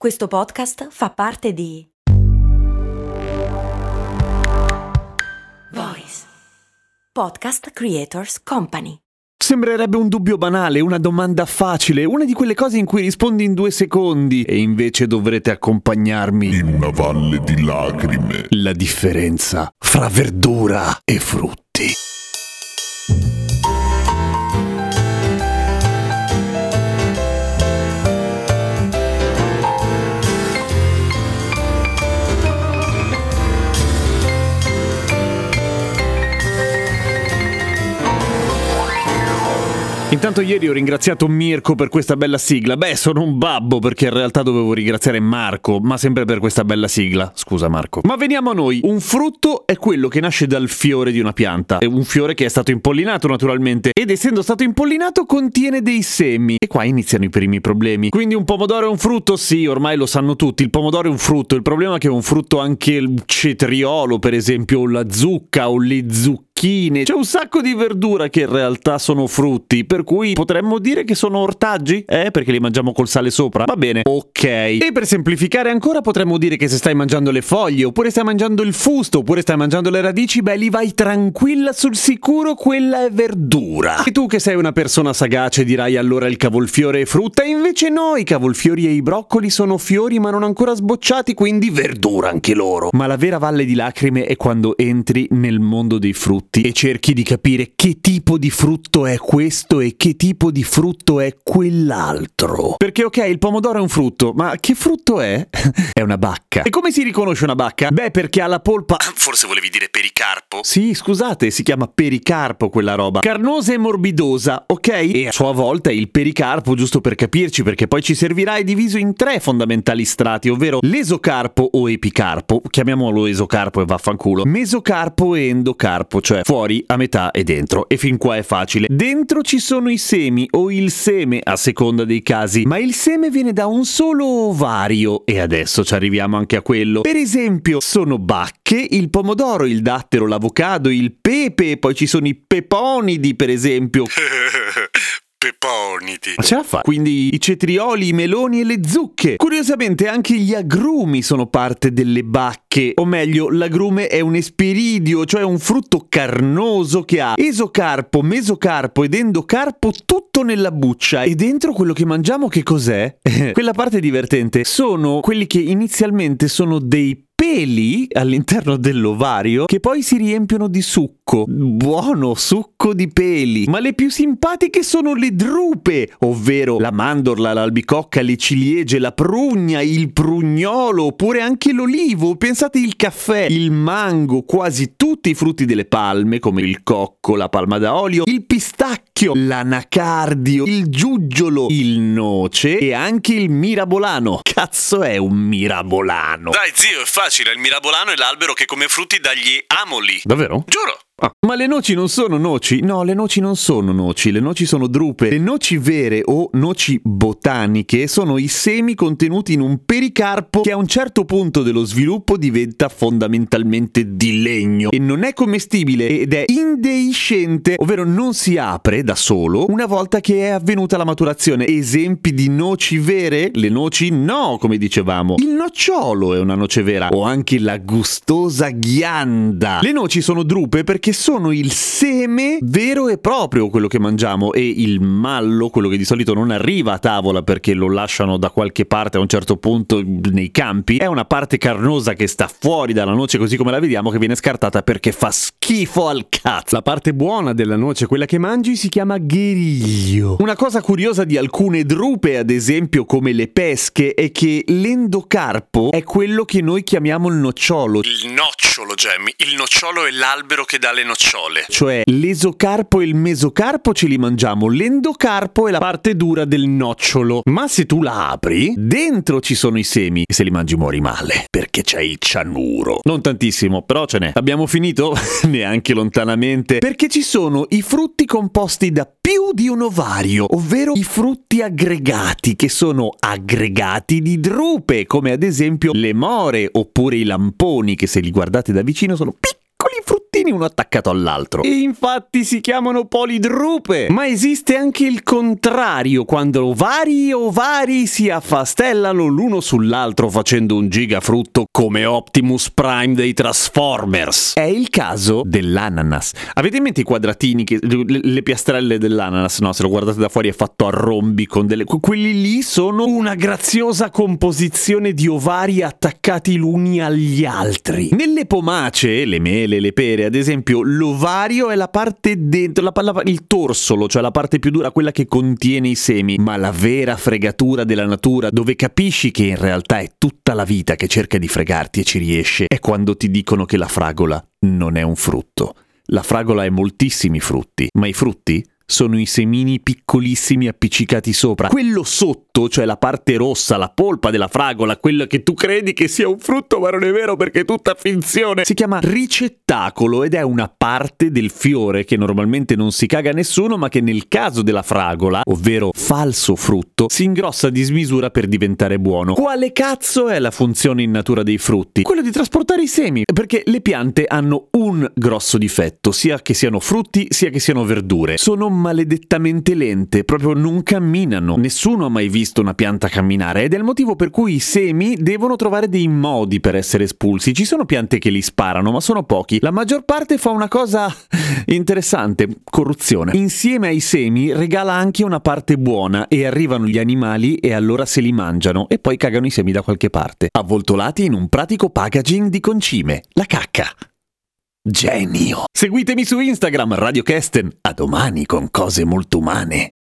Questo podcast fa parte di Voice Podcast Creators Company. Sembrerebbe un dubbio banale, una domanda facile, una di quelle cose in cui rispondi in 2 secondi e invece dovrete accompagnarmi in una valle di lacrime. La differenza fra verdura e frutti. Intanto ieri ho ringraziato Mirko per questa bella sigla. Beh, sono un babbo perché in realtà dovevo ringraziare Marco, ma sempre per questa bella sigla. Scusa Marco. Ma veniamo a noi. Un frutto è quello che nasce dal fiore di una pianta. È un fiore che è stato impollinato naturalmente ed essendo stato impollinato contiene dei semi. E qua iniziano i primi problemi. Quindi un pomodoro è un frutto? Sì, ormai lo sanno tutti. Il pomodoro è un frutto. Il problema è che è un frutto anche il cetriolo, per esempio, o la zucca o le zucchine. C'è un sacco di verdura che in realtà sono frutti, per cui potremmo dire che sono ortaggi? Perché li mangiamo col sale sopra? Va bene, ok. E per semplificare ancora potremmo dire che se stai mangiando le foglie, oppure stai mangiando il fusto, oppure stai mangiando le radici, beh lì vai tranquilla sul sicuro, quella è verdura. E tu che sei una persona sagace dirai allora il cavolfiore è frutta, e invece no, i cavolfiori e i broccoli sono fiori ma non ancora sbocciati, quindi verdura anche loro. Ma la vera valle di lacrime è quando entri nel mondo dei frutti e cerchi di capire che tipo di frutto è questo e che tipo di frutto è quell'altro. Perché ok, il pomodoro è un frutto, ma che frutto è? È una bacca. E come si riconosce una bacca? Beh, perché ha la polpa... Forse volevi dire pericarpo? Sì, scusate, si chiama pericarpo quella roba. Carnosa e morbidosa, ok? E a sua volta il pericarpo, giusto per capirci, perché poi ci servirà, è diviso in 3 fondamentali strati, ovvero l'esocarpo o epicarpo, chiamiamolo esocarpo e vaffanculo, mesocarpo e endocarpo, cioè fuori, a metà e dentro. E fin qua è facile. Dentro ci sono i semi o il seme a seconda dei casi, ma il seme viene da un solo ovario e adesso ci arriviamo anche a quello. Per esempio sono bacche, il pomodoro, il dattero, l'avocado, il pepe, poi ci sono i peponidi per esempio. Peponidi. Ce la fa. Quindi i cetrioli, i meloni e le zucche. Curiosamente anche gli agrumi sono parte delle bacche, o meglio l'agrume è un espiridio, cioè un frutto carnoso che ha esocarpo, mesocarpo ed endocarpo tutto nella buccia. E dentro quello che mangiamo che cos'è? Quella parte divertente sono quelli che inizialmente sono dei peli all'interno dell'ovario che poi si riempiono di succo. Buono, succo di peli. Ma le più simpatiche sono le drupe, ovvero la mandorla, l'albicocca, le ciliegie, la prugna, il prugnolo, oppure anche l'olivo. Pensate il caffè, il mango, quasi tutti i frutti delle palme come il cocco, la palma da olio, il pistacchio, l'anacardio, il giuggiolo, il noce e anche il mirabolano. Cazzo è un mirabolano? Dai zio, è facile, il mirabolano è l'albero che come frutti dà gli amoli. Davvero? Giuro. Ma le noci non sono noci? No, le noci non sono noci, le noci sono drupe. Le noci vere o noci botaniche sono i semi contenuti in un pericarpo che a un certo punto dello sviluppo diventa fondamentalmente di legno e non è commestibile ed è indeiscente, ovvero non si apre da solo una volta che è avvenuta la maturazione. Esempi di noci vere? Le noci no, come dicevamo. Il nocciolo è una noce vera o anche la gustosa ghianda. Le noci sono drupe perché sono il seme vero e proprio, quello che mangiamo, e il mallo, quello che di solito non arriva a tavola perché lo lasciano da qualche parte a un certo punto nei campi, è una parte carnosa che sta fuori dalla noce così come la vediamo, che viene scartata perché fa schifo al cazzo. La parte buona della noce, quella che mangi, si chiama gheriglio. Una cosa curiosa di alcune drupe, ad esempio come le pesche, è che l'endocarpo è quello che noi chiamiamo il nocciolo. Il nocciolo, Jamie. Il nocciolo è l'albero che dà le nocciole. Cioè l'esocarpo e il mesocarpo ce li mangiamo, l'endocarpo è la parte dura del nocciolo. Ma se tu la apri, dentro ci sono i semi e se li mangi muori male, perché c'è il cianuro. Non tantissimo, però ce n'è. Abbiamo finito? Neanche lontanamente, perché ci sono i frutti composti da più di un ovario, ovvero i frutti aggregati, che sono aggregati di drupe, come ad esempio le more oppure i lamponi, che se li guardate da vicino sono piccoli frutti fruttini uno attaccato all'altro. E infatti si chiamano polidrupe. Ma esiste anche il contrario, quando ovari si affastellano l'uno sull'altro facendo un gigafrutto come Optimus Prime dei Transformers. È il caso dell'ananas. Avete in mente i quadratini, le piastrelle dell'ananas? No, se lo guardate da fuori è fatto a rombi con delle... Quelli lì sono una graziosa composizione di ovari attaccati l'uni agli altri. Nelle pomace, le mele, le pere, ad esempio, l'ovario è la parte dentro, il torsolo, cioè la parte più dura, quella che contiene i semi. Ma la vera fregatura della natura, dove capisci che in realtà è tutta la vita che cerca di fregarti e ci riesce, è quando ti dicono che la fragola non è un frutto. La fragola è moltissimi frutti, ma i frutti sono i semini piccolissimi appiccicati sopra. Quello sotto, cioè la parte rossa, la polpa della fragola, quella che tu credi che sia un frutto ma non è vero perché è tutta finzione, si chiama ricettacolo ed è una parte del fiore che normalmente non si caga nessuno, ma che nel caso della fragola, ovvero falso frutto, si ingrossa a dismisura per diventare buono. Quale cazzo è la funzione in natura dei frutti? Quello di trasportare i semi, perché le piante hanno un grosso difetto, sia che siano frutti sia che siano verdure. Sono maledettamente lente, proprio non camminano. Nessuno ha mai visto una pianta camminare ed è il motivo per cui i semi devono trovare dei modi per essere espulsi. Ci sono piante che li sparano, ma sono pochi. La maggior parte fa una cosa interessante: corruzione. Insieme ai semi regala anche una parte buona e arrivano gli animali e allora se li mangiano e poi cagano i semi da qualche parte, avvoltolati in un pratico packaging di concime, la cacca. Genio! Seguitemi su Instagram, Radio Kesten. A domani con cose molto umane.